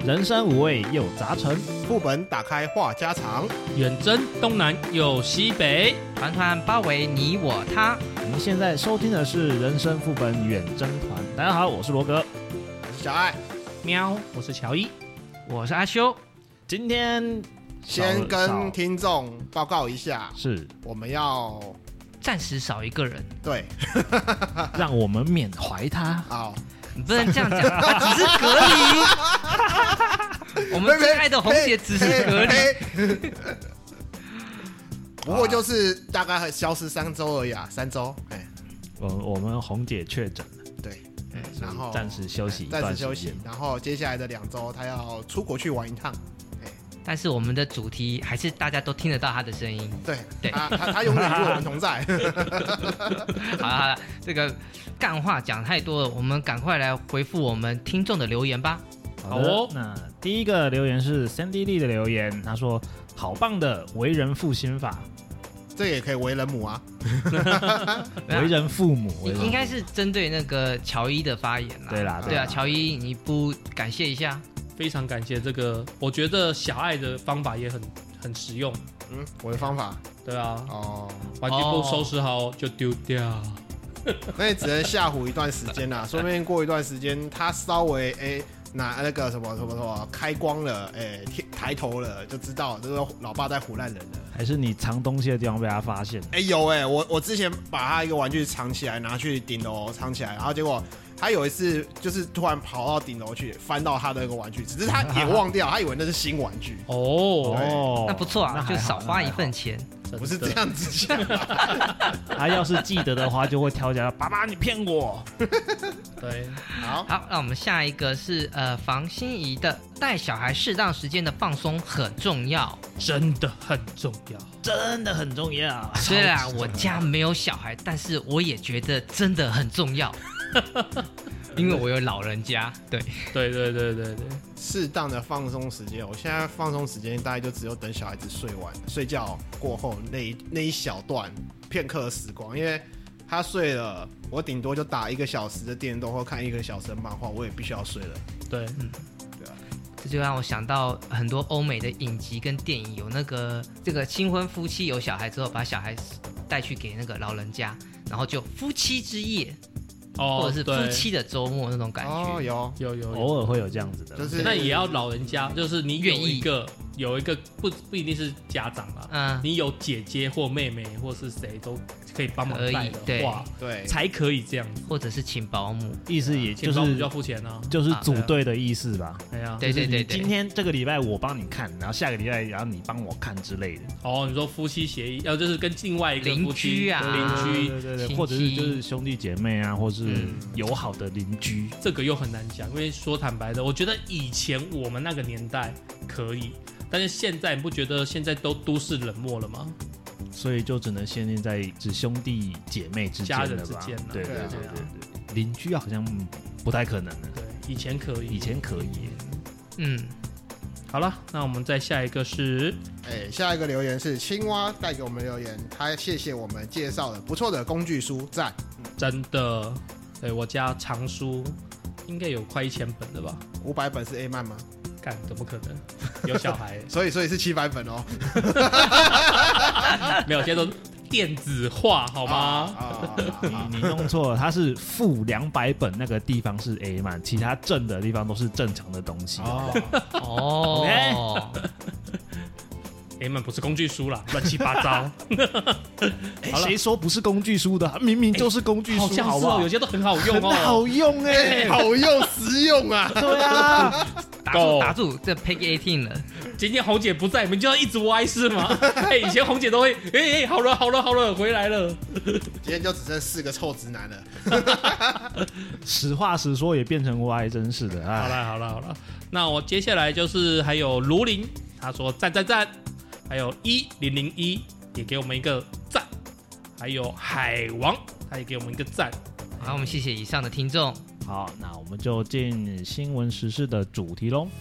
人生五味又杂陈， 副本打开话家常， 远征东南又西北， 团团包围你我他。 您现在收听的是人生副本远征团。大家好，我是罗格， 我是小爱。 喵，我是乔伊， 我是阿修。 今天先跟听众报告一下， 是我们要暂时少一个人， 对， 让我们缅怀他。 好， 你不能这样讲，他只是隔离。我们最爱的红姐只是隔离。 不过就是大概消失3周而已啊，3周。 我们红姐确诊了， 对，然后暂时休息一段时间， 暂时休息，然后接下来的2周她要出国去玩一趟。 但是我们的主题还是大家都听得到他的声音。 对， 对， 他永远与我们同在。 好了，这个干话讲太多了，我们赶快来回复我们听众的留言吧。 好哦，那第一个留言是 Sandy Lee 的留言，他说：“好棒的为人父心法。” 这也可以为人母啊， 为人父母， 应该是针对那个乔伊的发言啦。 对啦， 对啊，乔伊，你不感谢一下？ 非常感谢这个，我觉得小爱的方法也很实用。 我的方法， 对啊，玩具不收拾好就丢掉。 那也只能吓唬一段时间啦，说不定过一段时间他稍微拿那个什么开光了，抬头了，就知道这个老爸在唬烂人了。 还是你藏东西的地方被他发现？ 有我之前把他一个玩具藏起来，拿去顶楼藏起来，然后结果他有一次就是突然跑到顶楼去，翻到他的那个玩具，只是他也忘掉，他以为那是新玩具。 哦， 那不错啊，就少花一份钱。 不是这样子讲， 他要是记得的话，就会跳起来，爸爸你骗我。 对， 好，那我们下一个是房心怡的，带小孩适当时间的放松很重要， 真的很重要， 真的很重要。 虽然我家没有小孩，但是我也觉得真的很重要。因为我有老人家，对， 适当的放松时间，我现在放松时间大概就只有等小孩子睡觉过后那一小段片刻的时光，因为他睡了，我顶多就打1个小时的电动或看1个小时的漫画，我也必须要睡了。 对， 对啊， 这就让我想到很多欧美的影集跟电影，有这个新婚夫妻有小孩之后，把小孩带去给那个老人家，然后就夫妻之夜。或者是夫妻的周末那种感觉， 有， 偶尔会有这样子的， 就是那也要老人家，就是你有一个不一定是家长啦，你有姐姐或妹妹或是谁都可以帮忙带的话， 对， 才可以这样子， 或者是请保姆， 意思也就是要付钱啊， 就是组队的意思吧？ 对， 今天这个礼拜我帮你看，然后下个礼拜然后你帮我看之类的。 哦，你说夫妻协议，就是跟另外一个邻居啊， 邻居， 对，或者是就是兄弟姐妹啊，或是友好的邻居， 这个又很难讲，因为说坦白的，我觉得以前我们那个年代可以。但是现在你不觉得现在都市冷漠了吗？ 所以就只能限定在只兄弟姐妹之间了吧， 家人之间对，邻居好像不太可能了。 对，以前可以。好了，那我们再下一个是， 下一个留言是青蛙带给我们留言，他谢谢我们介绍了不错的工具书，赞， 真的，对我家藏书应该有快1000本了吧 ？500本是 A 漫吗？ 干，怎么可能？有小孩， 所以是700本哦。 没有，现在都电子化，好吗？ 你弄错了，它是负200本，那个地方是 A 漫，其他正的地方都是正常的东西。 哦。 A 漫不是工具书啦，乱七八糟。 谁说不是工具书的？明明就是工具书，好不好？ 有些都很好用哦， 很好用好用实用啊！ 对啊， 打住，这 Peggy 18了。 今天红姐不在，你们就要一直歪是吗？以前红姐都会，好了，回来了。 今天就只剩4个臭直男了。 实话实说也变成歪，真是的。 好了，那我接下来就是还有卢林，他说赞。还有1001也给我们一个赞，还有海王他也给我们一个赞。 好，我们谢谢以上的听众。 好，那我们就进新闻时事的主题咯。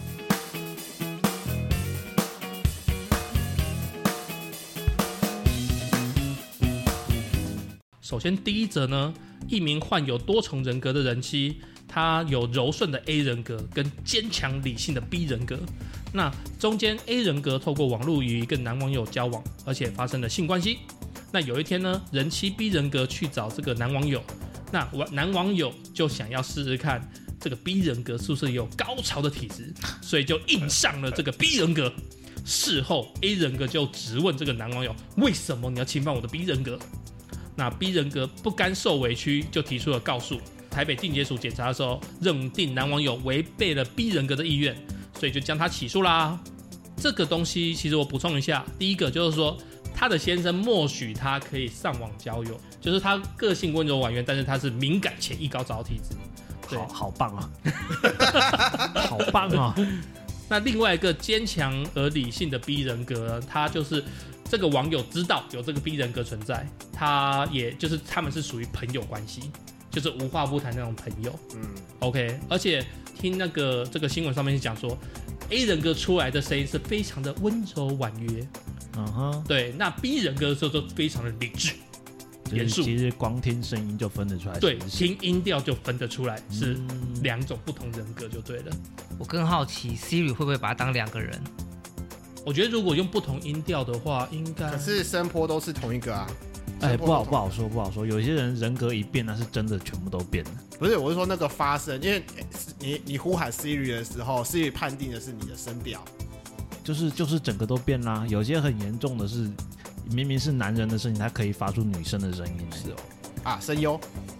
首先第一则呢，一名患有多重人格的人妻， 他有柔顺的 A 人格跟坚强理性的 B 人格。那中间 A 人格透过网络与一个男网友交往，而且发生了性关系。那有一天呢，人妻 B 人格去找这个男网友，那男网友就想要试试看这个 B 人格是不是有高潮的体质，所以就硬上了这个 B 人格。事后 A 人格就质问这个男网友，为什么你要侵犯我的 B 人格？那 B 人格不甘受委屈，就提出了告诉。台北地检署检查的时候，认定男网友违背了 B 人格的意愿，所以就将他起诉啦。这个东西其实我补充一下，第一个就是说，他的先生默许他可以上网交友，就是他个性温柔婉约，但是他是敏感且易高潮体质。 好棒啊，好棒啊！ 那另外一个坚强而理性的 B 人格，他就是这个网友知道有这个 B 人格存在，他也就是他们是属于朋友关系，就是无话不谈那种朋友。OK， 而且听这个新闻上面讲说 ，A 人格出来的声音是非常的温柔婉约，对，那 B 人格的时候就非常的理智。严肃， 其实光听声音就分得出来， 对，听音调就分得出来是两种不同人格就对了。 我更好奇 Siri 会不会把它当两个人？ 我觉得如果用不同音调的话，应该可是声波都是同一个啊。 不好说。有些人人格一变，那是真的全部都变了。 不是，我是说那个发声，因为你呼喊 Siri 的时候 ，Siri 判定的是你的声调， 就是整个都变啦。有些很严重的是。明明是男人的声音，他可以发出女生的声音。 是哦，啊，声优，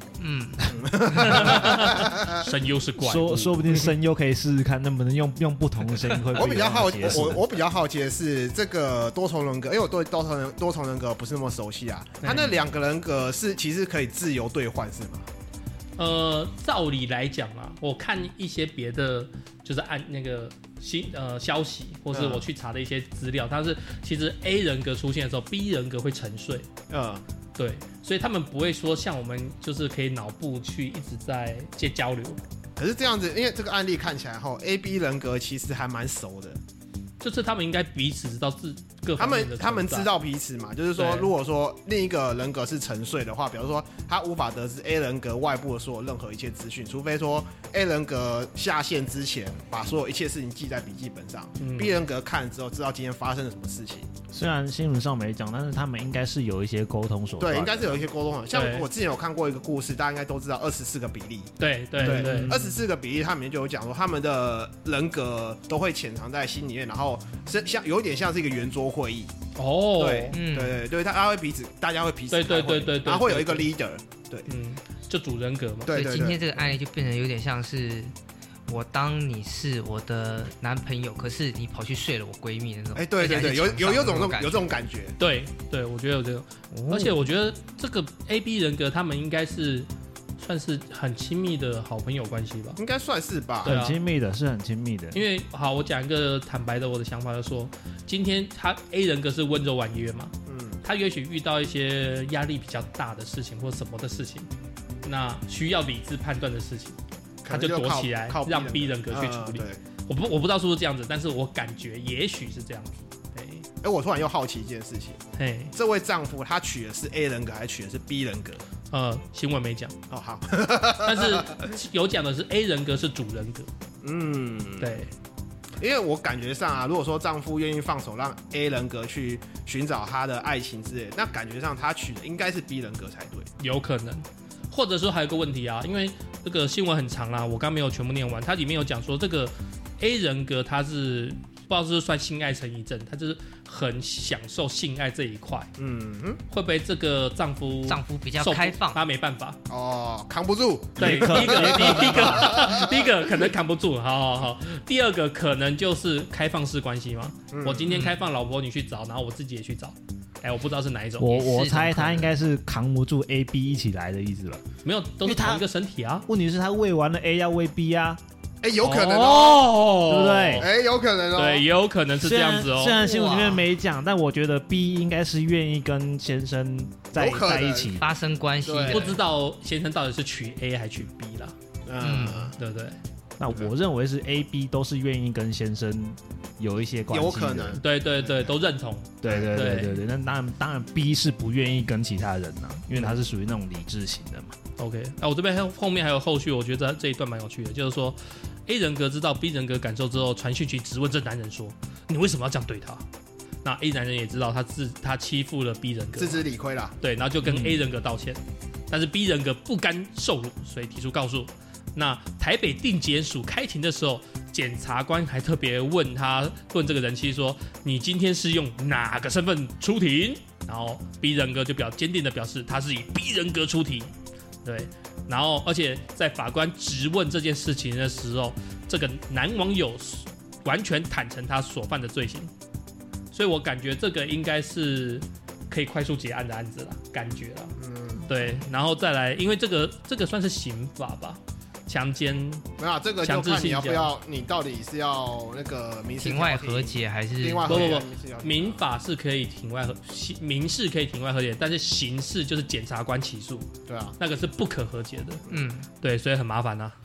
声优是怪物， 说不定声优可以试试看，能不能用不同的声音会。 我比较好奇的是这个多重人格，因为我对多重人格不是那么熟悉啊。他那两个人格是其实可以自由兑换是吗？ 照理来讲啊，我看一些别的，就是按那个消息，或是我去查的一些资料，它是其实 A 人格出现的时候 ，B 人格会沉睡。对，所以他们不会说像我们就是可以脑部去一直在交流。 可是这样子，因为这个案例看起来后 ，A、B 人格其实还蛮熟的。 就是他们应该彼此知道各方面的他们知道彼此嘛，就是说，如果说另一个人格是沉睡的话，比如说他无法得知 A 人格外部的所有任何一切资讯，除非说 A 人格下线之前把所有一切事情记在笔记本上，B 人格看了之后知道今天发生了什么事情。 虽然新闻上没讲，但是他们应该是有一些沟通手段。 对，应该是有一些沟通的。像我之前有看过一个故事，大家应该都知道24个比例。 对 ，24个比例，它里面就有讲说他们的人格都会潜藏在心里面，然后有点像是一个圆桌会议。对，大家会彼此开会， 对， 然后会有一个 leader， 对， 就主人格嘛。 对，今天这个案例就变成有点像是我当你是我的男朋友，可是你跑去睡了我闺蜜的那种。 对，有这种感觉。 对，我觉得有这种，而且我觉得这个 A、B 人格他们应该是算是很亲密的好朋友关系吧？ 应该算是吧。 很亲密的，是很亲密的。 因为好，我讲一个坦白的我的想法，就是说，今天他 A 人格是温柔婉约嘛，他也许遇到一些压力比较大的事情或什么的事情，那需要理智判断的事情，他就躲起来，让 B 人格去处理。我不知道是不是这样子，但是我感觉也许是这样子。 我突然又好奇一件事情，这位丈夫他娶的是 A 人格还是娶的是 B 人格？ 新闻没讲哦，好， 但是有讲的是 A 人格是主人格。对， 因为我感觉上啊，如果说丈夫愿意放手让 A 人格去寻找他的爱情之类的，那感觉上他娶的应该是 B 人格才对， 有可能。或者说还有个问题啊，因为这个新闻很长啦，我刚没有全部念完，它里面有讲说这个 A 人格他是不知道是不是算性爱成瘾症，他就是很享受性爱这一块。会不会这个丈夫比较开放， 他没办法扛不住。 对，第一个可能扛不住，好。第二个可能就是开放式关系嘛，我今天开放老婆你去找，然后我自己也去找。我不知道是哪一种。 我猜他应该是扛不住 A、B 一起来的意思吧？ 没有，都是同一个身体啊。 问题是他喂完了 A 要喂 B 啊。 有可能哦， 对不对？ 有可能哦， 对，也有可能是这样子哦。 虽然新闻里面没讲，但我觉得 B 应该是愿意跟先生在一起发生关系。 不知道先生到底是娶 A 还是娶 B 啦？对不对？ 那我认为是 A、B 都是愿意跟先生有一些关系， 有可能， 对，都认同， 对。那当然 B 是不愿意跟其他人因为他是属于那种理智型的嘛。 OK， 我这边后面还有后续，我觉得这一段蛮有趣的，就是说 A 人格知道 B 人格感受之后，传讯息质问这男人说：“你为什么要这样对他？”那 A 男人也知道他欺负了 B 人格， 自知理亏啦。 对，然后就跟 A 人格道歉，但是 B 人格不甘受辱，所以提出告诉。那台北地检署开庭的时候，检察官还特别问这个人妻说：“你今天是用哪个身份出庭？”然后 B 人格就坚定的表示他是以 B 人格出庭。对，然后而且在法官质问这件事情的时候，这个男网友完全坦诚他所犯的罪行，所以我感觉这个应该是可以快速结案的案子啦，感觉啦。对，然后再来，因为这个算是刑法吧。强奸没有、这个就看你要不要，你到底是要那个民事庭外和解还是庭外和解？不， 民法是可以庭外和，民事可以庭外和解，但是刑事就是检察官起诉， 对啊， 那个是不可和解的。对，所以很麻烦啊。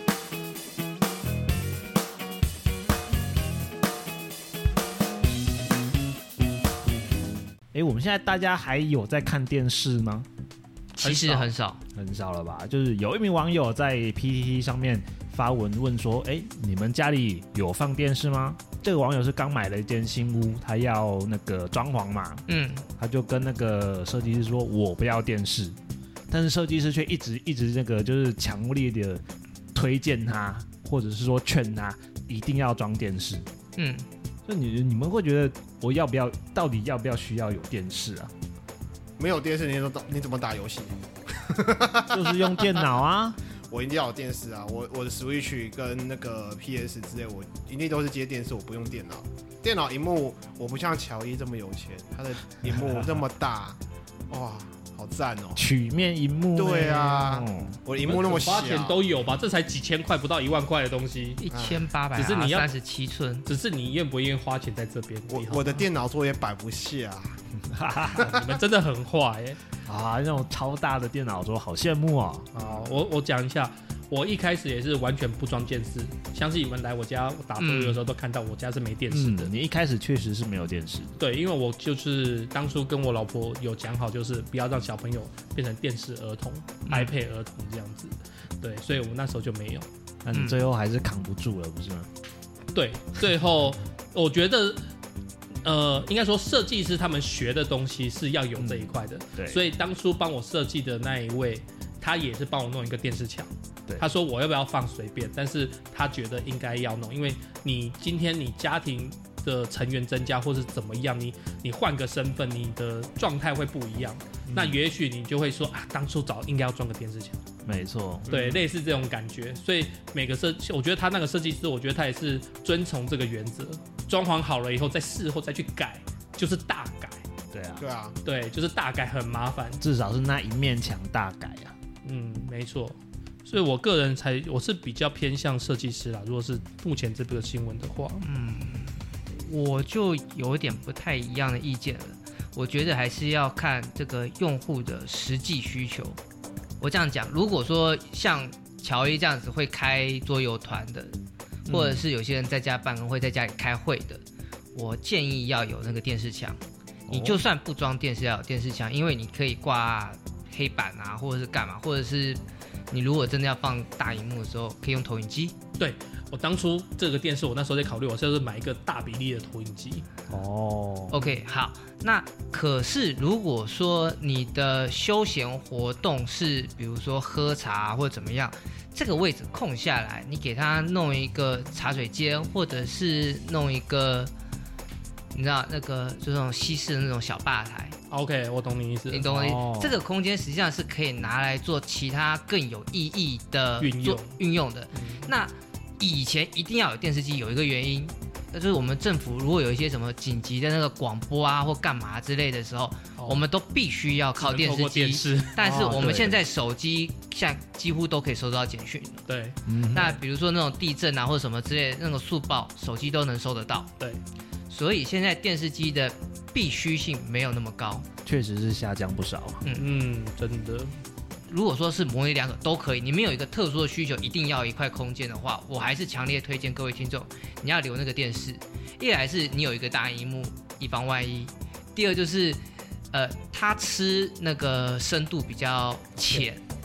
我们现在大家还有在看电视吗？ 其实很少了吧？就是有一名网友在 PTT 上面发文问说：“你们家里有放电视吗？”这个网友是刚买了一间新屋，他要那个装潢嘛，他就跟那个设计师说：“我不要电视。”但是设计师却一直那个就是强烈的推荐他，或者是说劝他一定要装电视。所以你们会觉得到底要不要需要有电视啊？ 没有电视你怎么打游戏？ 就是用电脑啊。 我一定要有电视啊！我的 Switch 跟那个 PS 之类，我一定都是接电视，我不用电脑。电脑萤幕我不像乔伊这么有钱，他的萤幕那么大，哇，好赞哦！ 曲面萤幕。 对啊，我的萤幕那么小， 花钱都有吧？这才几千块，不到1万块的东西 ，1800， 只是你要 37寸， 只是你愿不愿意花钱在这边？ 我的电脑桌也摆不下。 你们真的很坏那种超大的电脑桌好羡慕我讲一下，我一开始也是完全不装电视，相信你们来我家打桌游的时候都看到我家是没电视的。 你一开始确实是没有电视的。 对，因为我就是当初跟我老婆有讲好，就是不要让小朋友变成电视儿童、iPad 儿童这样子。对，所以我那时候就没有。 那你最后还是扛不住了，不是吗？ 对，最后我觉得。应该说设计师他们学的东西是要有这一块的， 对， 所以当初帮我设计的那一位，他也是帮我弄一个电视墙， 对， 他说我要不要放随便，但是他觉得应该要弄，因为你今天你家庭的成员增加或是怎么样，你换个身份，你的状态会不一样，那也许你就会说当初早应该要装个电视墙。 没错， 对，类似这种感觉，所以每个我觉得他那个设计师，我觉得他也是遵从这个原则，装潢好了以后，在事后再去改，就是大改。对，就是大改很麻烦， 至少是那一面墙大改啊。 没错，所以我个人我是比较偏向设计师啦。如果是目前这个新闻的话， 我就有点不太一样的意见了。我觉得还是要看这个用户的实际需求。我这样讲，如果说像乔伊这样子会开桌游团的，或者是有些人在家办公会在家里开会的，我建议要有那个电视墙。你就算不装电视，要有电视墙，因为你可以挂黑板啊，或者是干嘛，或者是你如果真的要放大荧幕的时候，可以用投影机。 对，我当初这个电视，我那时候在考虑，我就是买一个大比例的投影机。 OK， 好。那可是如果说你的休闲活动是比如说喝茶或者怎么样，这个位置空下来，你给他弄一个茶水间，或者是弄一个你知道那个就那种西式的那种小吧台。 OK， 我懂你意思。 你懂我意思？这个空间实际上是可以拿来做其他更有意义的运用的。那以前一定要有电视机，有一个原因，就是我们政府如果有一些什么紧急的那个广播啊或干嘛之类的时候，我们都必须要靠电视机。但是我们现在手机现在几乎都可以收到简讯了。 对， 那比如说那种地震啊或者什么之类的那种速报，手机都能收得到。 对， 所以现在电视机的必须性没有那么高， 确实是下降不少。 真的。 如果说是模棱两可都可以，你们有一个特殊的需求，一定要有一块空间的话，我还是强烈推荐各位听众，你要留那个电视。一来是你有一个大萤幕，以防万一；第二就是，它吃那个深度比较浅；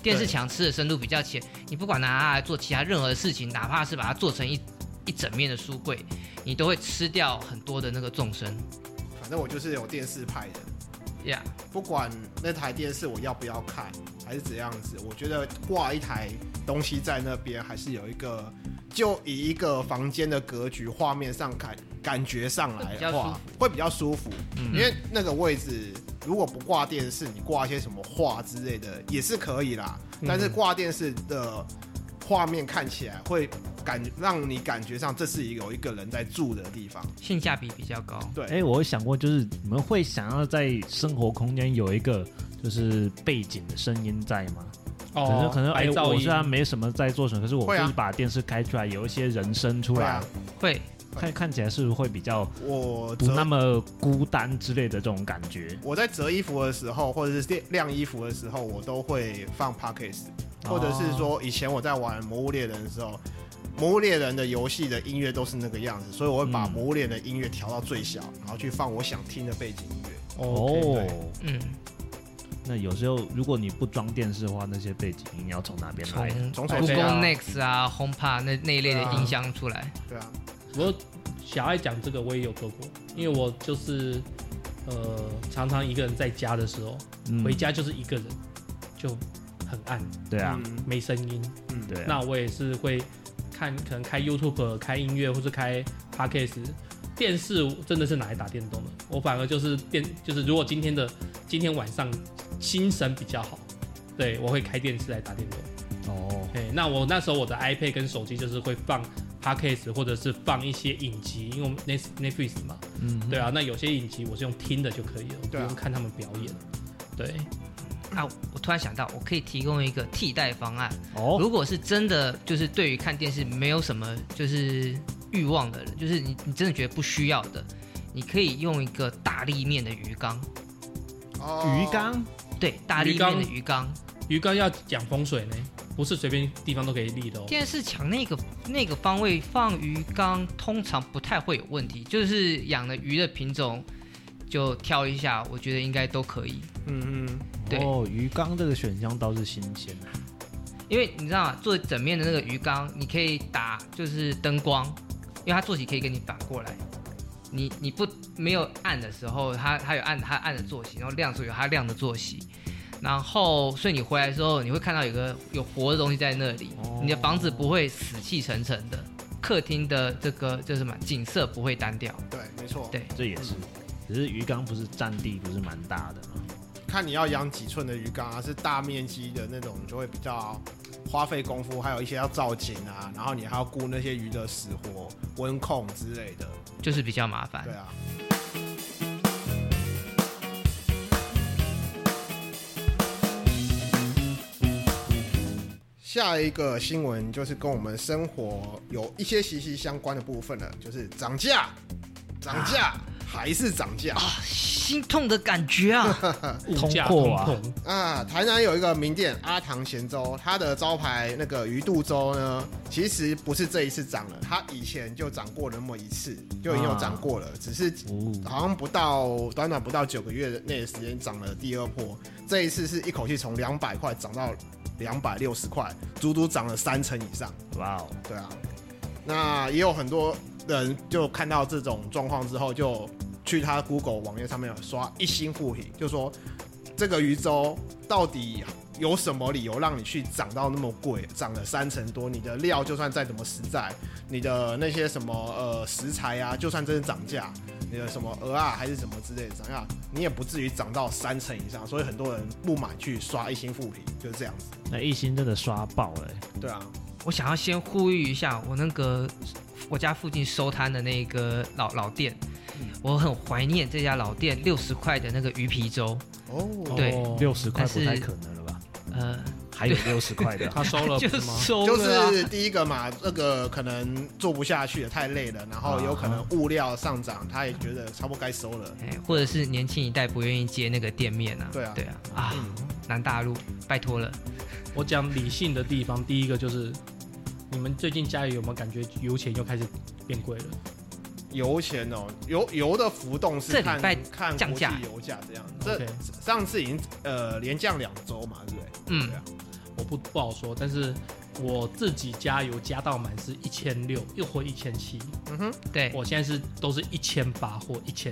电视墙吃的深度比较浅，你不管拿它来做其他任何事情，哪怕是把它做成一整面的书柜，你都会吃掉很多的那个纵深。 反正我就是有电视派的。 Yeah. 不管那台电视我要不要看，还是怎样子，我觉得挂一台东西在那边，还是有一个，就以一个房间的格局、画面上感觉上来的话，会比较舒服。因为那个位置如果不挂电视，你挂一些什么画之类的也是可以啦。但是挂电视的画面看起来会让你感觉上这是有一个人在住的地方， 性价比比较高。 对， 我有想过，就是你们会想要在生活空间有一个就是背景的声音在吗？可能我虽然没什么在做什么，可是我就是把电视开出来，有一些人声出来， 会看起来是不是会比较不那么孤单之类的这种感觉？ 我在折衣服的时候，或者是晾衣服的时候，我都会放 Podcast，或者是说以前我在玩《魔物猎人》的时候。魔物猎人的游戏的音乐都是那个样子，所以我会把魔物猎人的音乐调到最小，然后去放我想听的背景音乐。 那有时候如果你不装电视的话，那些背景音要从哪边来？ 从 Google Nest 啊、HomePod 那一类的音箱出来。 对啊， 我小爱讲这个我也有做过，因为我就是常常一个人在家的时候，回家就是一个人，就很暗。 对啊， 没声音。 对啊。 那我也是会。可能开 YouTube 开音乐或是开 Podcast， 电视真的是拿来打电动的。我反而就是如果今天晚上心神比较好，对我会开电视来打电动。那我那时候我的 iPad 跟手机就是会放 Podcast 或者是放一些影集，因为我们 Netflix 嘛，对啊，那有些影集我是用听的就可以了，不用看他们表演。对。 我突然想到，我可以提供一个替代方案。如果是真的就是对于看电视没有什么就是欲望的人，就是你真的觉得不需要的，你可以用一个大立面的鱼缸。 鱼缸？ 对，大立面的鱼缸。 鱼缸要讲风水呢，不是随便地方都可以立的哦。 电视墙那个方位放鱼缸，通常不太会有问题，就是养的鱼的品种。就挑一下，我觉得应该都可以。对。 鱼缸这个选项倒是新鲜。 因为你知道吗？做整面的那个鱼缸，你可以打就是灯光，因为它坐起可以给你反过来。你没有暗的时候，它有它暗的坐席，然后亮的时候有它亮的坐席。然后，所以你回来的时候，你会看到有活的东西在那里，你的房子不会死气沉沉的，客厅的这个就是什么景色不会单调。 对，没错。 对， 这也是。只是鱼缸不是占地不是蛮大的吗？ 看你要养几寸的鱼缸啊，是大面积的那种就会比较花费功夫，还有一些要造景啊，然后你还要顾那些鱼的死活、温控之类的， 就是比较麻烦。 对啊。下一个新闻就是跟我们生活有一些息息相关的部分了，就是涨价。还是涨价心痛的感觉啊！ 通货啊！台南有一个名店阿唐咸粥，它的招牌那个鱼肚粥呢，其实不是这一次涨了，它以前就涨过那么一次，就已经有涨过了，只是好像短短不到9个月内的时间涨了第二波。这一次是一口气从200块涨到260块，足足涨了3成以上。 哇哦！ 对啊，那也有很多人就看到这种状况之后，就去他 Google 网页上面有刷1星负评，就说这个鱼粥到底有什么理由让你去涨到那么贵，涨了3成多？你的料就算再怎么实在，你的那些什么食材啊，就算真的涨价，你的什么鹅啊还是什么之类的涨价，你也不至于涨到3成以上。所以很多人不满去刷1星负评，就是这样子。 那1星真的刷爆了对啊， 我想要先呼吁一下我家附近收摊的那个老店，我很怀念这家老店60块的那个鱼皮粥。对 ，60块不太可能了吧？还有60块的， 他收了就吗？ 就是第一个嘛，这个可能做不下去了，太累了，然后有可能物料上涨，他也觉得差不多该收了。 或者是年轻一代不愿意接那个店面啊。 对啊， 南大路，拜托了。 我讲理性的地方，第一个就是。你们最近家里有没有感觉油钱又开始变贵了？ 油钱哦，油的浮动是看国际油价这样。这上次已经连降2周嘛，对不对？ 对啊。 我不好说，但是我自己加油加到满是1600，又或1700。 对， 我现在都是1800或1900。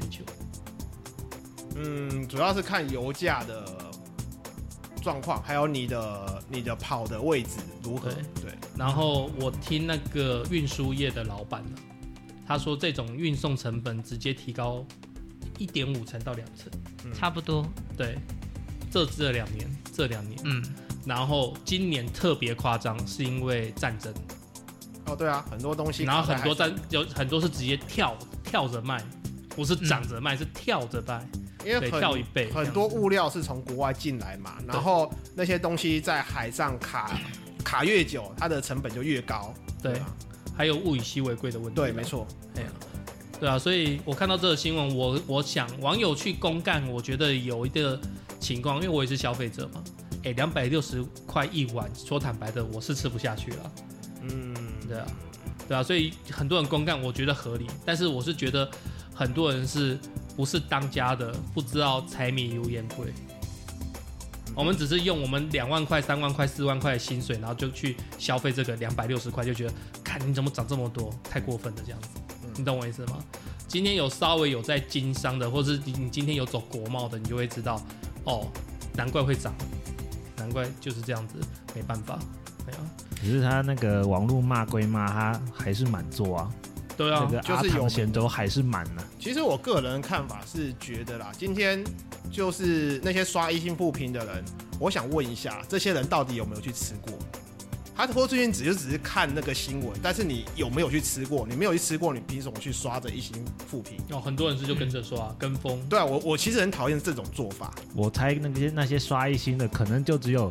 主要是看油价的状况，还有你的跑的位置如何。对。 然后我听那个运输业的老板呢，他说这种运送成本直接提高1.5成到2成， 差不多。 对，这两年，然后今年特别夸张，是因为战争。 对啊，很多东西， 然后有很多是直接跳着卖，不是涨着卖，是跳着卖。 因为跳1倍， 很多物料是从国外进来嘛，然后那些东西在海上卡越久，它的成本就越高。 对，还有物以稀为贵的问题。 对，没错。 对啊，所以我看到这个新闻，我想网友去公干，我觉得有一个情况，因为我也是消费者嘛，260块一碗，说坦白的，我是吃不下去了。对啊，所以很多人公干，我觉得合理，但是我是觉得很多人是不是当家的，不知道柴米油盐贵。我们只是用我们2万块、3万块、4万块的薪水，然后就去消费这个260块，就觉得看你怎么涨这么多，太过分了这样子。你懂我意思吗？今天有稍微有在经商的，或是你今天有走国贸的，你就会知道，难怪会涨，难怪就是这样子，没办法。 可是他那个网络骂归骂，他还是满座啊。 对啊， 这个阿唐咸粥还是满了。 其实我个人看法是觉得啦，今天就是那些刷一星负评的人，我想问一下，这些人到底有没有去吃过？他或最近只是看那个新闻，但是你有没有去吃过？你没有去吃过，你凭什么去刷这一星负评？ 很多人是就跟着刷，跟风。 对啊，我其实很讨厌这种做法。 我猜那些刷一星的，可能就只有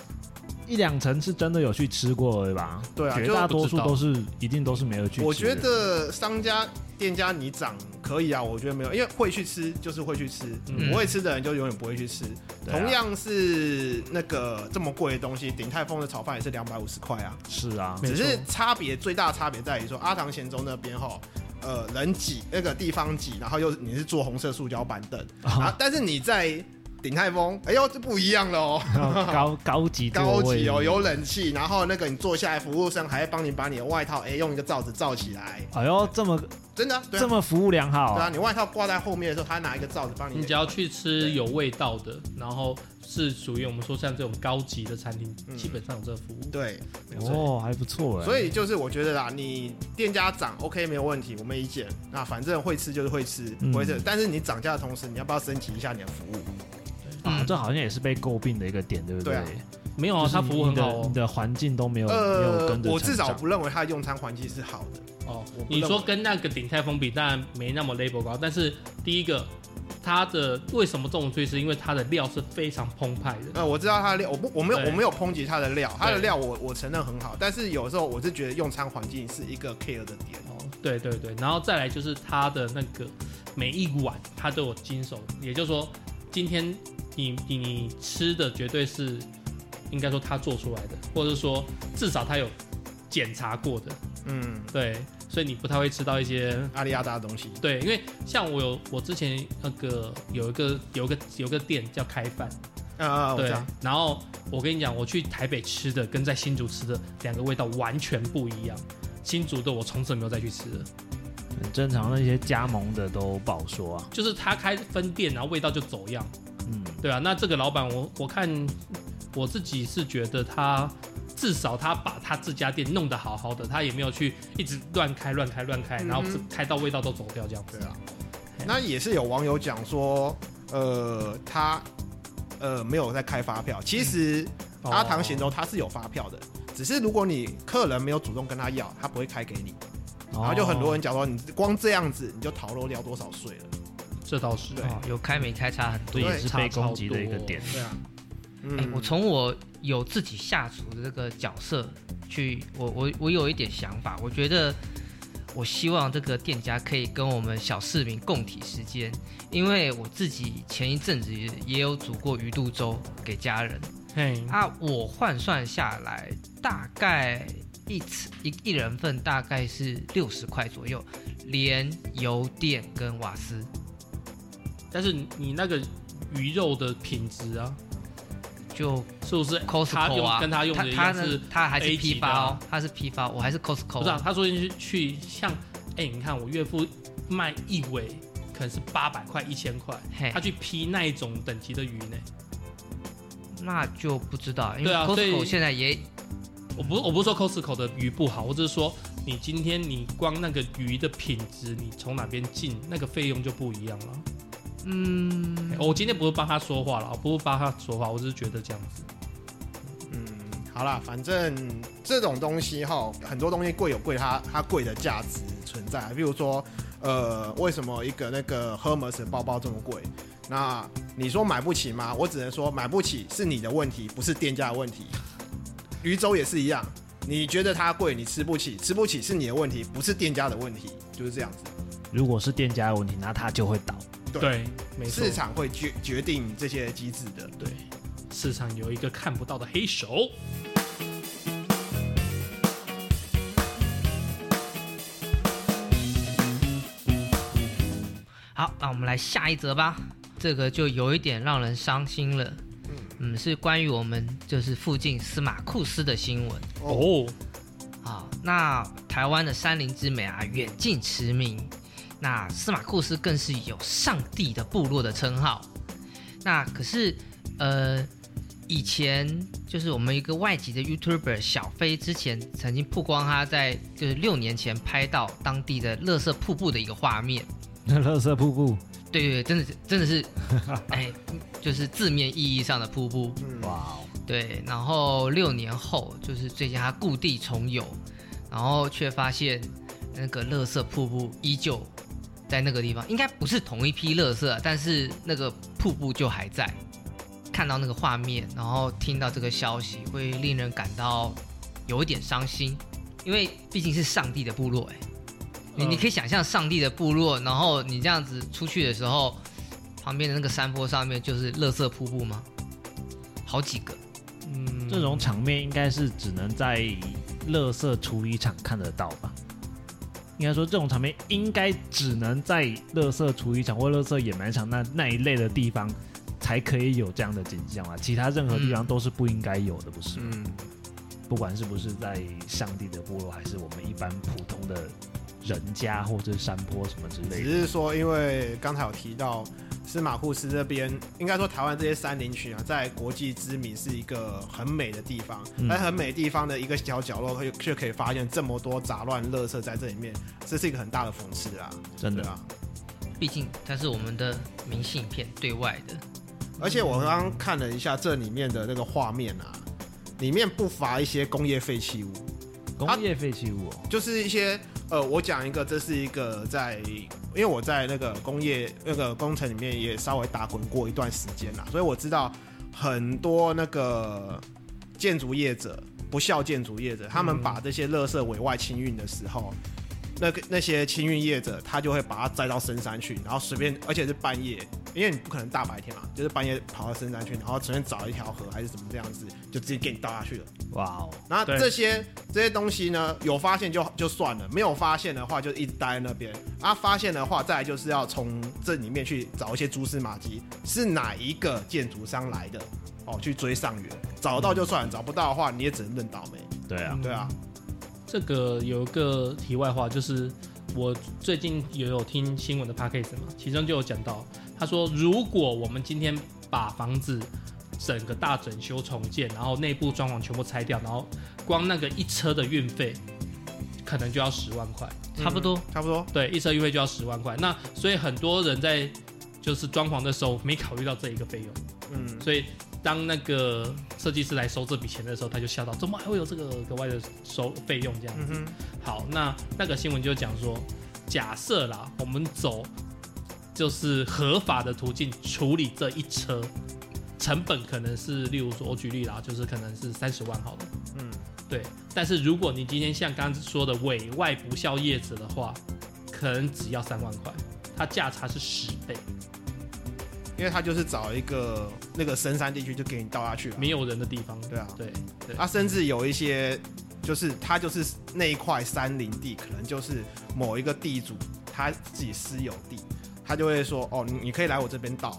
1-2成是真的有去吃过的吧？ 对啊， 绝大多数一定都是没有去吃的。 我觉得商家店家你涨可以啊，我觉得没有，因为会去吃就是会去吃，不会吃的人就永远不会去吃。同样是那个这么贵的东西，鼎泰丰的炒饭也是250块啊。 是啊， 只是最大的差别在于说，阿唐咸粥那边人挤，那个地方挤，然后你是坐红色塑胶板凳，但是你在鼎泰丰，这不一样了哦， 高级有冷气，然后那个你坐下来，服务生还会帮你把你的外套用一个罩子罩起来。 这么真的这么服务良好。 对啊，你外套挂在后面的时候，他拿一个罩子帮你。 你只要去吃有味道的，然后是属于我们说像这种高级的餐厅，基本上有这个服务。 对， 还不错。 所以就是我觉得啦，你店家涨 OK 没有问题，我没意见。那反正会吃就是会吃，不会吃。但是你涨价的同时，你要不要升级一下你的服务？ 这好像也是被诟病的一个点，对不对？ 没有啊，他服务很好， 你的环境都没有跟着。 我至少不认为他的用餐环境是好的。 你说跟那个鼎泰丰比，当然没那么 label 高，但是第一个，它的为什么这么推，是因为它的料是非常澎湃的。 我知道它的料，我没有抨击它的料，它的料我承认很好，但是有时候我是觉得用餐环境是一个 care 的点。 对，然后再来就是它的那个每一碗它都有经手，也就是说今天你吃的绝对是应该说他做出来的，或者是说至少他有检查过的。对，所以你不太会吃到一些阿里阿达的东西。 对，因为像我之前那个有一个店叫开饭对，然后我跟你讲，我去台北吃的跟在新竹吃的2个味道完全不一样。新竹的我从此没有再去吃了。 很正常，那些加盟的都不好说啊。 就是他开分店，然后味道就走样。对啊，那这个老板我看我自己是觉得他至少他把他这家店弄得好好的，他也没有去一直乱开，然后开到味道都走掉这样子。 对啊，那也是有网友讲说，他没有在开发票。其实阿唐咸粥他是有发票的，只是如果你客人没有主动跟他要，他不会开给你。然后就很多人讲说，你光这样子你就逃漏掉多少税了。 这倒是对， 有开没开差很多， 也是被攻击的一个点。 对啊， 我从我有自己下厨的这个角色去，我有一点想法，我觉得我希望这个店家可以跟我们小市民共体时艰，因为我自己前一阵子也有煮过鱼肚粥给家人。我换算下来大概一人份大概是60块左右，连油电跟瓦斯。 但是你那个鱼肉的品质啊， 是不是 Costco 啊？ 跟他用的一样是他还是批发哦，他是批发，我还是 Costco。 不是啊，他说去像你看我岳父卖一尾可能是800块1000块，他去批那一种等级的鱼呢， 那就不知道，因为 Costco 现在也， 我不是说 Costco 的鱼不好，我只是说你今天你光那个鱼的品质，你从哪边进，那个费用就不一样了。我今天不是帮他说话了，我不是帮他说话，我只是觉得这样子。 好啦，反正这种东西很多东西贵有贵它贵的价值存在。比如说，为什么一个那个 Hermes 的包包这么贵？那你说买不起吗？我只能说买不起是你的问题，不是店家的问题。鱼粥也是一样，你觉得它贵，你吃不起是你的问题，不是店家的问题，就是这样子。 如果是店家的问题，那它就会倒。 对，没错， 市场会决定这些机制的。 对，市场有一个看不到的黑手。 好，那我们来下一则吧。这个就有一点让人伤心了。是关于我们就是附近司马库斯的新闻哦。 好，那台湾的山林之美啊，远近驰名。那司马库斯更是有上帝的部落的称号。那可是以前就是我们一个外籍的 YouTuber 小飞之前曾经曝光他在就是6年前拍到当地的垃圾瀑布的一个画面。 垃圾瀑布， 对，真的是就是字面意义上的瀑布。 哇哦， 对，然后6年后就是最近他故地重游，然后却发现那个垃圾瀑布依旧在那个地方，应该不是同一批垃圾，但是那个瀑布就还在。看到那个画面，然后听到这个消息，会令人感到有一点伤心，因为毕竟是上帝的部落。你可以想象上帝的部落，然后你这样子出去的时候，旁边的那个山坡上面就是垃圾瀑布吗？好几个。 这种场面应该是只能在垃圾处理厂看得到吧？应该说这种场面应该只能在垃圾处理厂或垃圾掩埋场那一类的地方才可以有这样的景象啊，其他任何地方都是不应该有的，不是？不管是不是在上帝的部落，还是我们一般普通的人家或者山坡什么之类的。 只是说，因为刚才有提到司马库斯这边，应该说台湾这些山林群啊，在国际知名是一个很美的地方，但很美的地方的一个小角落，却可以发现这么多杂乱垃圾在这里面，这是一个很大的讽刺啊！ 真的啊， 毕竟它是我们的明信片，对外的。 而且我刚刚看了一下这里面的那个画面啊，里面不乏一些工业废弃物。 工业废弃物就是一些我讲一个，这是一个因为我在那个工程里面也稍微打滚过一段时间啦，所以我知道很多那个建筑业者、不肖建筑业者，他们把这些垃圾委外清运的时候，那些清运业者他就会把它载到深山去，然后随便，而且是半夜，因为你不可能大白天嘛，就是半夜跑到深山去，然后随便找一条河还是什么这样子，就直接给你倒下去了。哇哦！然后这些东西呢，有发现就算了，没有发现的话就一直待在那边。啊，发现的话，再来就是要从这里面去找一些蛛丝马迹，是哪一个建筑商来的去追上源。找到就算了，找不到的话你也只能认倒霉。 对啊， 对啊。 这个有一个题外话，就是我最近也有听新闻的 podcast 嘛，其中就有讲到，他说如果我们今天把房子整个大整修重建，然后内部装潢全部拆掉，然后光那个一车的运费可能就要10万块， 差不多， 对，一车运费就要10万块。那所以很多人在就是装潢的时候没考虑到这一个费用，所以当那个设计师来收这笔钱的时候，他就笑到怎么还会有这个额外的收费用这样子。好，那个新闻就讲说，假设啦，我们走就是合法的途径处理这一车，成本可能是，例如说我举例啦，就是可能是30万好了，对。但是如果你今天像刚刚说的委外不肖业者的话，可能只要3万块，它价差是10倍。 因为他就是找一个那个深山地区就给你倒下去了， 没有人的地方。 对啊， 对。 甚至有一些就是他就是那一块山林地，可能就是某一个地主他自己私有地，他就会说你可以来我这边倒，你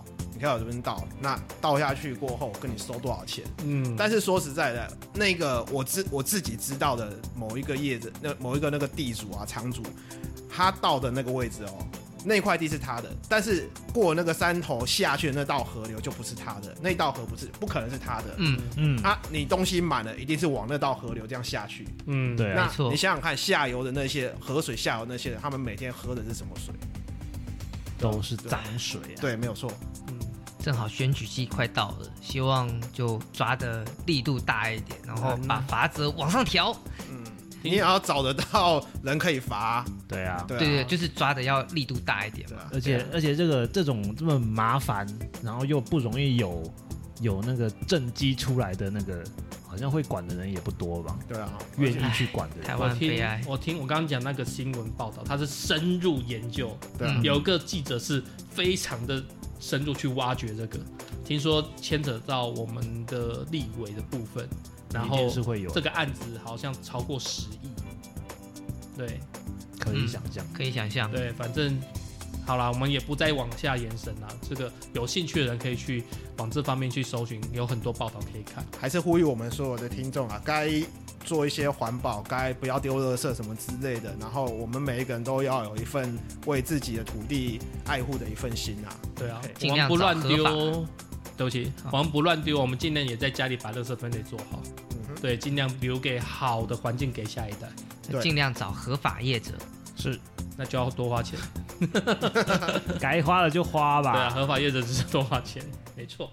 票这边倒，那倒下去过后跟你收多少钱？但是说实在的，那个我自己知道的某一个业者，某一个那个地主啊场主，他倒的那个位置那块地是他的，但是过那个山头下去的那道河流就不是他的，那道河不可能是他的。你东西满了，一定是往那道河流这样下去。 对， 那你想想看，下游的那些河水下游那些人，他们每天喝的是什么水？ 都是脏水啊。 对，没有错。 正好选举季快到了，希望就抓的力度大一点，然后把罚则往上调。 你也要找得到人可以罚。 对啊， 对，就是抓的要力度大一点嘛。 而且这种这么麻烦，然后又不容易有那个政绩出来的那个，好像会管的人也不多吧？ 对啊， 愿意去管的人。 台湾悲哀。 我刚刚讲那个新闻报道，他是深入研究，有个记者是非常的深入去挖掘这个，听说牵扯到我们的立委的部分。然后这个案子好像超过10亿，对， 可以想象， 对，反正好啦，我们也不再往下延伸啦。这个有兴趣的人可以去往这方面去搜寻，有很多报道可以看。 还是呼吁我们所有的听众啊，该做一些环保，该不要丢垃圾什么之类的。然后我们每一个人都要有一份为自己的土地爱护的一份心啊。 对啊，我们不乱丢。对不起，我们不乱丢，我们尽量也在家里把垃圾分类做好。对，尽量留给好的环境给下一代。 尽量找合法业者。 是，那就要多花钱。 该花了就花吧。 对啊，合法业者只是多花钱，没错。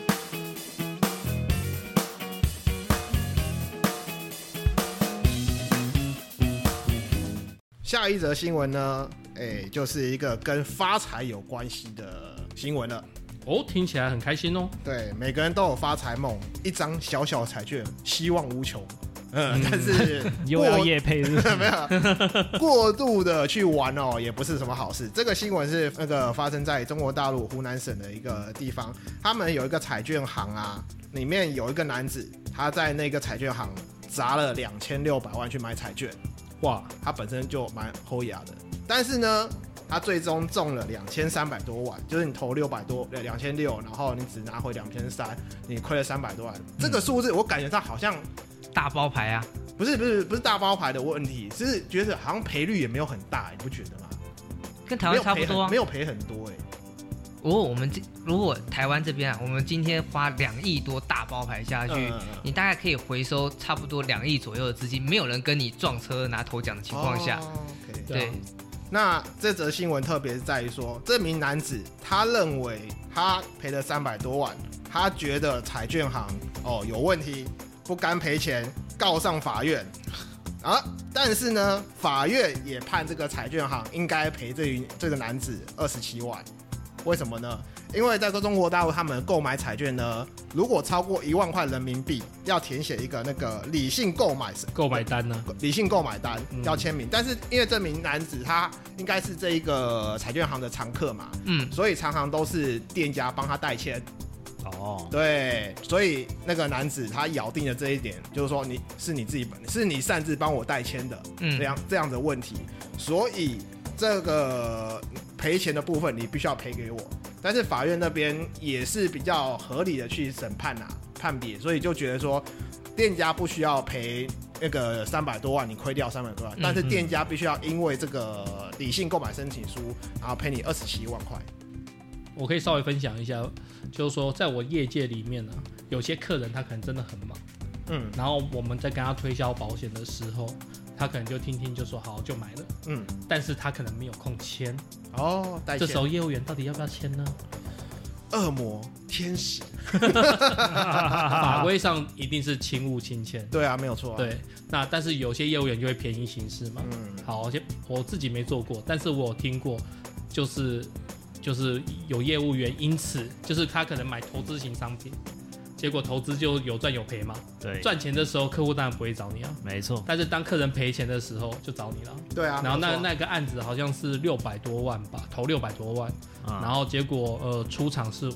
下一则新闻呢，就是一个跟发财有关系的新闻了。 听起来很开心哦。 对，每个人都有发财梦，一张小小彩券，希望无穷。但是又要业配是不是？ 没有过度的去玩也不是什么好事。这个新闻是那个发生在中国大陆湖南省的一个地方，他们有一个彩券行啊，里面有一个男子，他在那个彩券行砸了2600万去买彩券。哇，他本身就蛮齁牙的，但是呢，他最终中了2300多万，就是你投600多2600，然后你只拿回2300，你亏了300多万。这个数字我感觉到好像大包牌啊， 不是大包牌的问题，是觉得好像赔率也没有很大，你不觉得吗？ 跟台湾差不多啊， 没有赔很多我们如果台湾这边我们今天花2亿多大包牌下去，你大概可以回收差不多2亿左右的资金，没有人跟你撞车拿头奖的情况下，对。 那这则新闻特别是在于说，这名男子他认为他赔了300多万，他觉得彩券行有问题，不甘赔钱，告上法院啊。但是呢，法院也判这个彩券行应该赔这个男子27万。为什么呢？因为在中国大陆，他们购买彩券呢，如果超过1万块人民币，要填写一个那个理性购买单呢， 理性购买单要签名。但是因为这名男子他应该是这一个彩券行的常客嘛，所以常常都是店家帮他代签。对，所以那个男子他咬定了这一点，就是说你擅自帮我代签的，这样的问题，所以这个赔钱的部分你必须要赔给我。但是法院那边也是比较合理的去审判判别，所以就觉得说店家不需要赔那个300多万，你亏掉300多万，但是店家必须要因为这个理性购买申请书，然后赔你27万块。 我可以稍微分享一下，就是说在我业界里面呢，有些客人他可能真的很忙，然后我们在跟他推销保险的时候，他可能就听就说好就买了，但是他可能没有空签代签。 这时候业务员到底要不要签呢？ 恶魔天使法规上一定是轻误轻签。 对啊，没有错对，那但是有些业务员就会便宜行事嘛。好，我自己没做过，但是我有听过，就是有业务员因此就是他可能买投资型商品，结果投资就有赚有赔嘛。 对， 赚钱的时候客户当然不会找你啊， 没错。 但是当客人赔钱的时候就找你了。 对啊。 然后那个案子好像是600多万吧，投600多万，然后结果出场是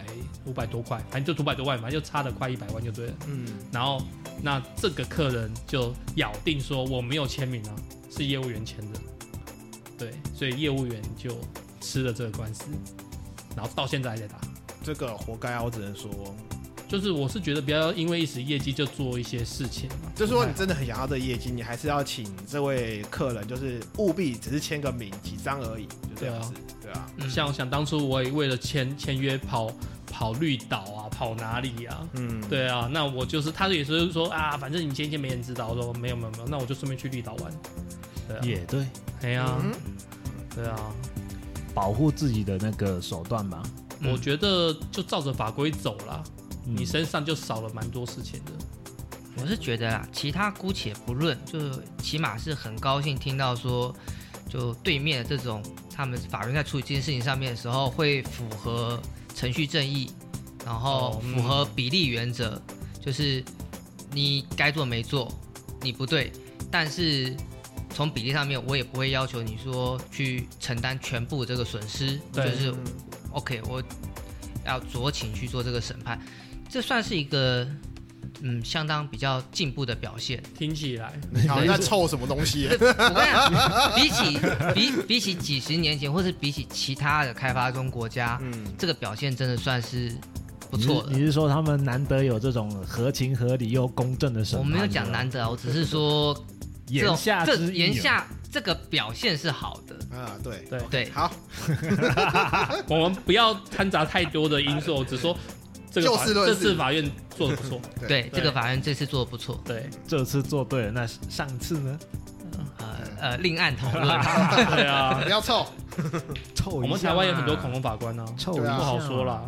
500多块，反正就500多万，反正就差了快100万就对了。然后那这个客人就咬定说我没有签名啊，是业务员签的。对，所以业务员就吃了这个官司，然后到现在还在打。 这个活该啊，我只能说。 就是我是觉得不要因为一时业绩就做一些事情， 就是说你真的很想要这个业绩，你还是要请这位客人，就是务必只是签个名几张而已，就这样子。对啊， 像想当初我也为了签约跑绿岛啊，跑哪里啊？对啊，那我就是他也是说啊，反正你签没人知道，我说没有，那我就顺便去绿岛玩。对啊， 也对， 哎呀，对啊， 保护自己的那个手段吧。 我觉得就照着法规走啦。你身上就少了蛮多事情的。 我是觉得啦，其他姑且不论，就起码是很高兴听到说，就对面的这种他们法院在处理这件事情上面的时候，会符合程序正义，然后符合比例原则，就是你该做没做，你不对，但是从比例上面，我也不会要求你说去承担全部这个损失，就是OK， 我要酌情去做这个审判。这算是一个相当比较进步的表现。 听起来好像在凑什么东西。 我跟你讲，比起几十年前，或是比起其他的开发中国家，这个表现真的算是不错的。 你是说他们难得有这种合情合理又公正的审判？ 我没有讲难得，我只是说言下之意， 言下这个表现是好的啊。 对， 好， 我们不要掺杂太多的因素，只说。这次法院做得不错， 对，这个法院这次做得不错， 对， 这次做对了。那上次呢？ 另案讨论。 对啊， 不要凑一下。 我们台湾有很多恐龙法官啊， 凑不好说啦。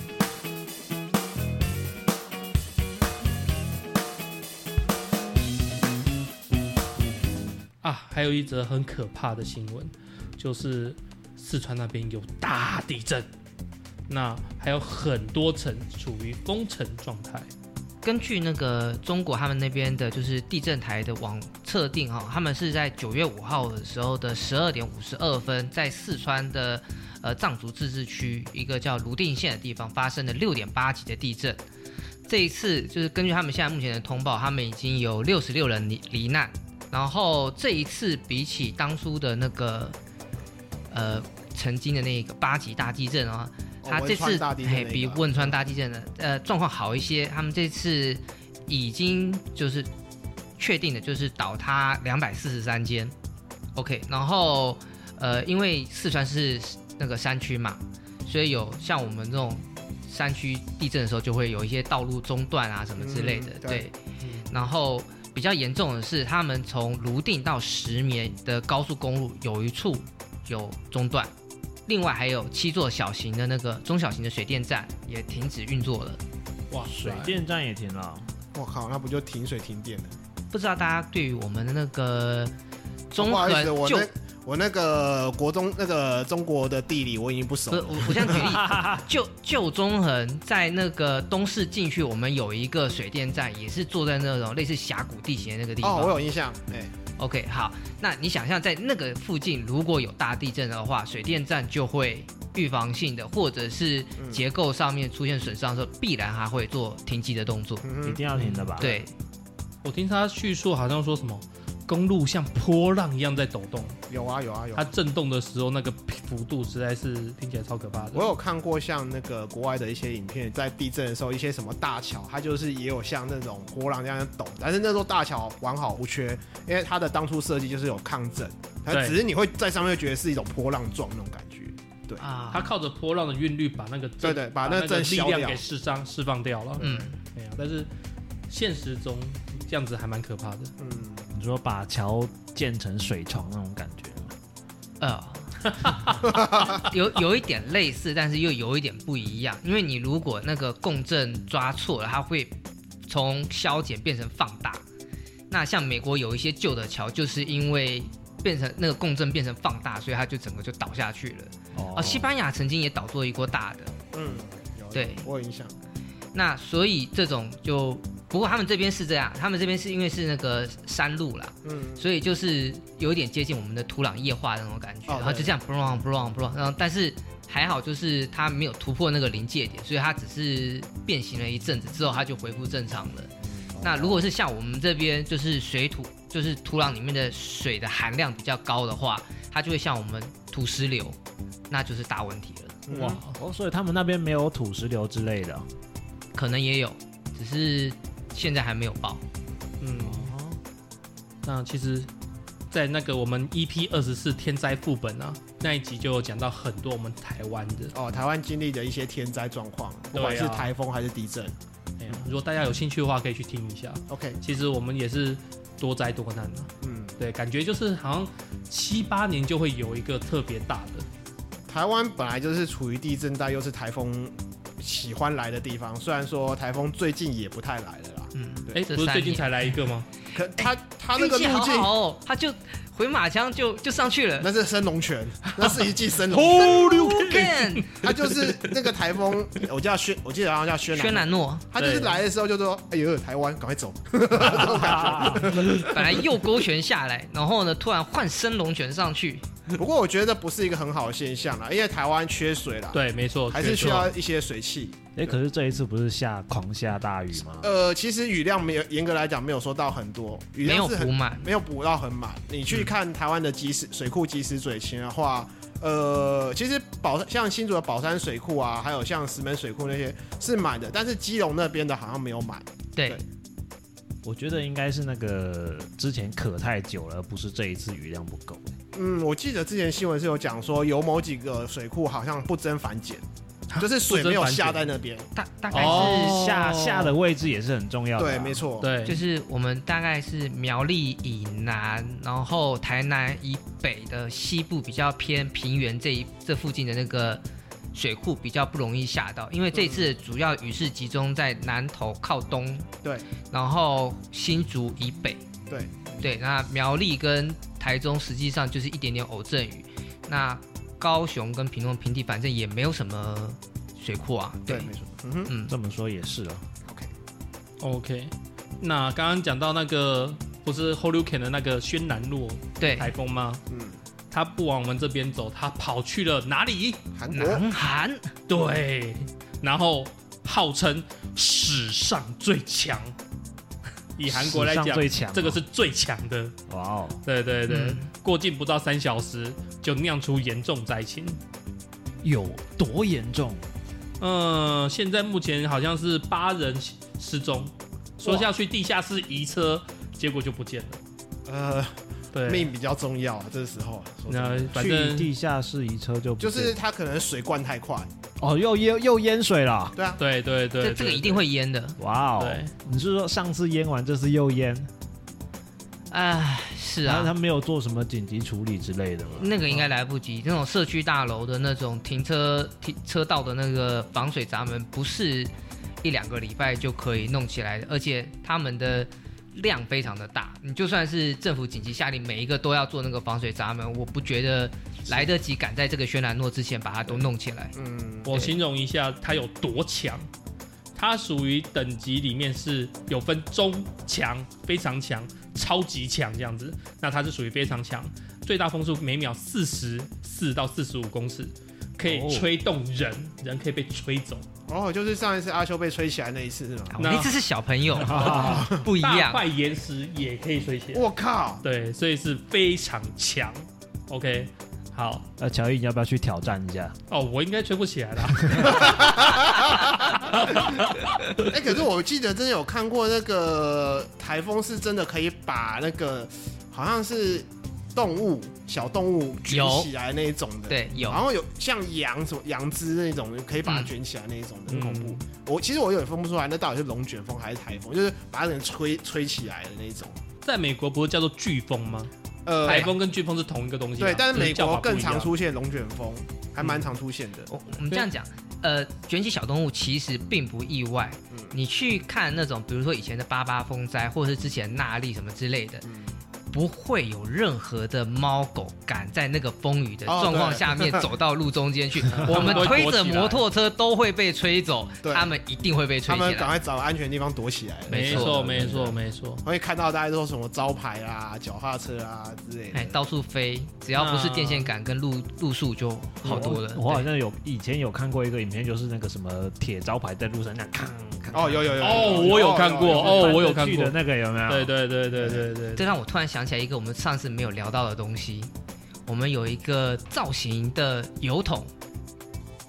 还有一则很可怕的新闻，就是四川那边有大地震。那还有很多层处于封城状态。 根据那个中国他们那边的就是地震台的网测定他们是在9月5号的时候的12点52分，在四川的藏族自治区一个叫泸定县的地方发生了6.8级的地震。这一次就是根据他们现在目前的通报，他们已经有66人罹难。然后这一次比起当初的那个曾经的那个8级大地震他这次比汶川大地震的状况好一些，他们这次已经就是确定的就是倒塌243间 ，OK， 然后因为四川是那个山区嘛，所以有像我们这种山区地震的时候就会有一些道路中断啊什么之类的，对，然后比较严重的是他们从泸定到石棉的高速公路有一处有中断。另外还有7座小型的那个中小型的水电站也停止运作了。 哇，水电站也停了！ 我靠，那不就停水停电了？ 不知道大家对于我们的那个中和我那个国中那个中国的地理我已经不熟了。 我这样举例，旧中横在那个东市进去，我们有一个水电站，也是坐在那种类似峡谷地形的那个地方。 我有印象。 OK， 好，那你想象在那个附近如果有大地震的话，水电站就会预防性的或者是结构上面出现损伤的时候，必然还会做停机的动作， 一定要停的吧？ 对， 我听他叙述好像说什么公路像波浪一样在抖动。 有啊， 它震动的时候那个幅度实在是听起来超可怕的。 我有看过像那个国外的一些影片，在地震的时候，一些什么大桥，它就是也有像那种波浪这样抖，但是那座大桥完好无缺，因为它的当初设计就是有抗震，它只是你会在上面觉得是一种波浪状那种感觉。对啊， 它靠着波浪的韵律把那个把那个震力量给释放掉了。但是现实中这样子还蛮可怕的。 你说把桥建成水床那种感觉有一点类似，但是又有一点不一样。因为你如果那个共振抓错了，它会从消减变成放大。那像美国有一些旧的桥，就是因为变成那个共振变成放大，所以它就整个就倒下去了。西班牙曾经也倒做一锅大的。对， 我有印象。 那所以这种就。不过他们这边是这样，他们这边是因为是那个山路啦，所以就是有一点接近我们的土壤液化的那种感觉，然后就这样 blah， 然后但是还好就是它没有突破那个临界点，所以它只是变形了一阵子之后它就恢复正常了。那如果是像我们这边就是水土就是土壤里面的水的含量比较高的话，它就会像我们土石流，那就是大问题了。 哇，所以他们那边没有土石流之类的， 可能也有，只是现在还没有报。 那其实，在那个我们 EP24天灾副本啊那一集就有讲到很多我们台湾的台湾经历的一些天灾状况，不管是台风还是地震。 如果大家有兴趣的话，可以去听一下。 OK， 其实我们也是多灾多难对，感觉就是好像7、8年就会有一个特别大的。 台湾本来就是处于地震带，又是台风喜欢来的地方。虽然说台风最近也不太来了啦。 不是最近才来一个吗？ 可他那个路径好，他就回马枪就上去了。 那是升龙泉，那是一记升龙泉。他就是那个台风，我记得好像叫轩南诺。他就是来的时候就说：“哎呦，台湾赶快走。” 本来右勾拳下来，然后呢，突然换升龙泉上去。 不过我觉得不是一个很好的现象啦，因为台湾缺水啦。 对，没错， 还是需要一些水汽。 可是这一次不是狂下大雨吗？ 其实雨量没有，严格来讲没有说到很多，雨量是没有补到很满。你去看台湾的水库积水水情的话，其实像新竹的宝山水库啊，还有像石门水库那些是满的，但是基隆那边的好像没有满。 对， 我觉得应该是那个之前渴太久了，而不是这一次雨量不够。 我记得之前新闻是有讲说，有某几个水库好像不增反减。就是水没有下在那边， 大概是下的位置也是很重要的。 对，没错， 对， 就是我们大概是苗栗以南，然后台南以北的西部比较偏平原这附近的那个水库比较不容易下到，因为这次主要雨势集中在南投靠东， 对， 然后新竹以北，对，那苗栗跟台中实际上就是一点点偶阵雨，那高雄跟屏东平地反正也没有什么水库啊。 对，没错。 这么说也是了。 OK， 那刚刚讲到那个不是 Hurricane 的那个轩南诺台风吗？他不往我们这边走，他跑去了哪里？ 南韩。 对，然后号称史上最强。以韩国来讲，这个是最强的。 哇哦！ 对对对，过境不到3小时就酿出严重灾情， 有多严重？ 现在目前好像是8人失踪，说下去地下室移车，结果就不见了。对， 命比较重要啊，这时候。 那反正去地下室移车就是他可能水灌太快。 又淹水了。 对啊， 对， 这个一定会淹的。 哇哦！对，你是说上次淹完，这次又淹？ 是啊， 他没有做什么紧急处理之类的吗？ 那个应该来不及。那种社区大楼的那种停车道的那个防水闸门，不是1-2个礼拜就可以弄起来的，而且他们的量非常的大。你就算是政府紧急下令，每一个都要做那个防水闸门，我不觉得来得及赶在这个轩南诺之前把它都弄起来。 我形容一下它有多强。它属于等级里面是有分中强、非常强、超级强这样子。那它是属于非常强，最大风速每秒44到45公尺，可以吹动人，人可以被吹走。 就是上一次阿修被吹起来那一次是吗？ 那次是小朋友，不一样。 大块岩石也可以吹起来。 我靠！ 对，所以是非常强。OK。好， 那乔伊你要不要去挑战一下？ 我应该吹不起来啦。 可是我记得真的有看过那个台风，是真的可以把那个好像是小动物卷起来那一种的。 对，有。 然后有像什么羊脂那种，可以把它卷起来那一种的，很恐怖。其实我有点分不出来，那到底是龙卷风还是台风，就是把人吹起来的那一种。 在美国不是叫做飓风吗？台风跟飓风是同一个东西。 对，但是美国更常出现龙卷风，还蛮常出现的。 我们这样讲，卷起小动物其实并不意外。你去看那种，比如说以前的88风灾，或者是之前的纳莉什么之类的。不会有任何的猫狗敢在那个风雨的状况下面走到路中间去。我们推着摩托车都会被吹走，他们一定会被吹起来。 他们赶快找个安全地方躲起来。 没错。 会看到大家都什么招牌啊、脚踏车啊之类的， 到处飞，只要不是电线杆跟路树就好多了。 我好像以前有看过一个影片，就是那个什么铁招牌在路上那样扛。 有， 我有看过，我有看过的那个有没有？ 对。 这让我突然想起来一个我们上次没有聊到的东西，我们有一个造型的油桶，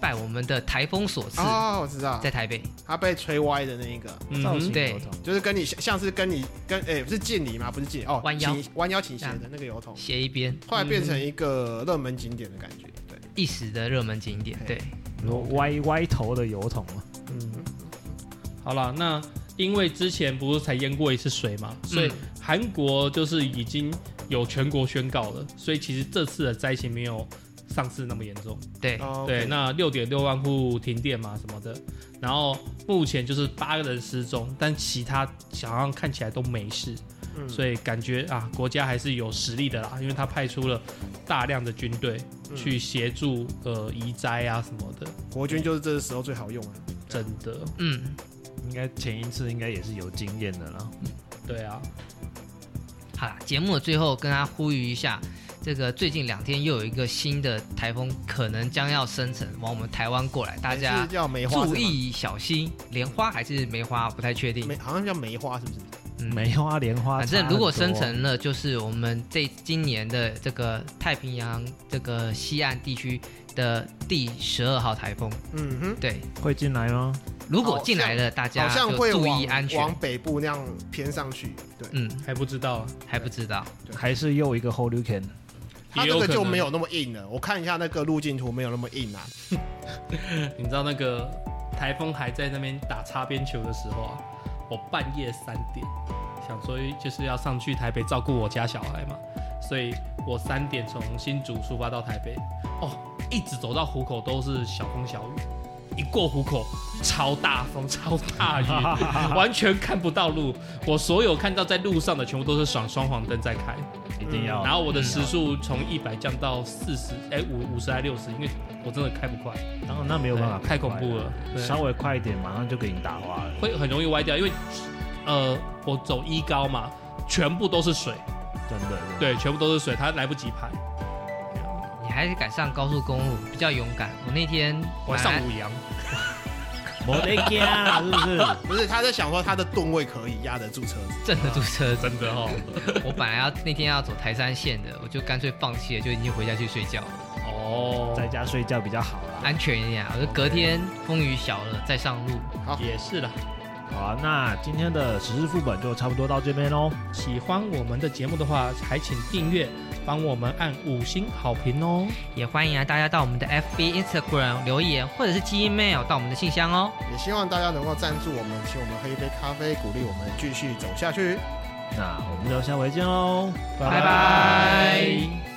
拜我们的台风所赐哦，我知道， 在台北， 它被吹歪的那一个造型对油桶， 就是跟你像是跟不是敬礼吗？不是敬哦，弯腰倾斜的那个油桶， 斜一边， 后来变成一个热门景点的感觉，对， 一时的热门景点，对， 歪头的油桶嘛。 好了，那因为之前不是才淹过一次水嘛，所以韩国就是已经有全国宣告了，所以其实这次的灾情没有上次那么严重。 对、 对，那6.6万户停电嘛什么的，然后目前就是8个人失踪，但其他好像看起来都没事。所以感觉啊，国家还是有实力的啦，因为他派出了大量的军队去协助移灾啊什么的。 国军就是这时候最好用了， 真的。 应该前一次应该也是有经验的啦。 对啊。 好啦，节目的最后跟大家呼吁一下，这个最近2天又有一个新的台风可能将要生成往我们台湾过来，大家注意小心。莲花还是梅花不太确定， 好像叫梅花是不是？ 梅花莲花， 反正如果生成了，就是我们今年的这个太平洋这个西岸地区的第12号台风。对， 会进来吗？ 如果进来了，大家就注意安全， 往北部那样偏上去。对， 还不知道， 还是又一个 hurricane。 它这个就没有那么硬了，我看一下那个路径图，没有那么硬啊。 你知道那个台风还在那边打擦边球的时候啊，我半夜3点想说就是要上去台北照顾我家小孩嘛，所以我3点从新竹出发到台北，一直走到湖口都是小风小雨，一过湖口超大风超大雨，完全看不到路。我所有看到在路上的全部都是双黄灯在开， 一定要。 然后我的时速从100降到40，50还60，因为我真的开不快。 然后那没有办法， 太恐怖了， 稍微快一点，马上就给你打滑了， 会很容易歪掉，因为我走1高嘛，全部都是水， 真的， 对，全部都是水，它来不及排。 你还是赶上高速公路，比较勇敢。我那天我上5羊， 没得惊啊，是不是？ 不是，他在想说他的吨位可以压得住车子， 镇得住车子， 真的哦。 我本来那天要走台3线的，我就干脆放弃了，就已经回家去睡觉了。 在家睡觉比较好啦， 安全一点。我就隔天风雨小了再上路。 好， 也是啦。 好啊，那今天的时事副本就差不多到这边喽。 喜欢我们的节目的话，还请订阅，帮我们按5星好评哦。 也欢迎大家到我们的 FB、Instagram 留言，或者是寄 email 到我们的信箱哦。 也希望大家能够赞助我们，请我们喝一杯咖啡，鼓励我们继续走下去。 那我们就下回见喽， 拜拜。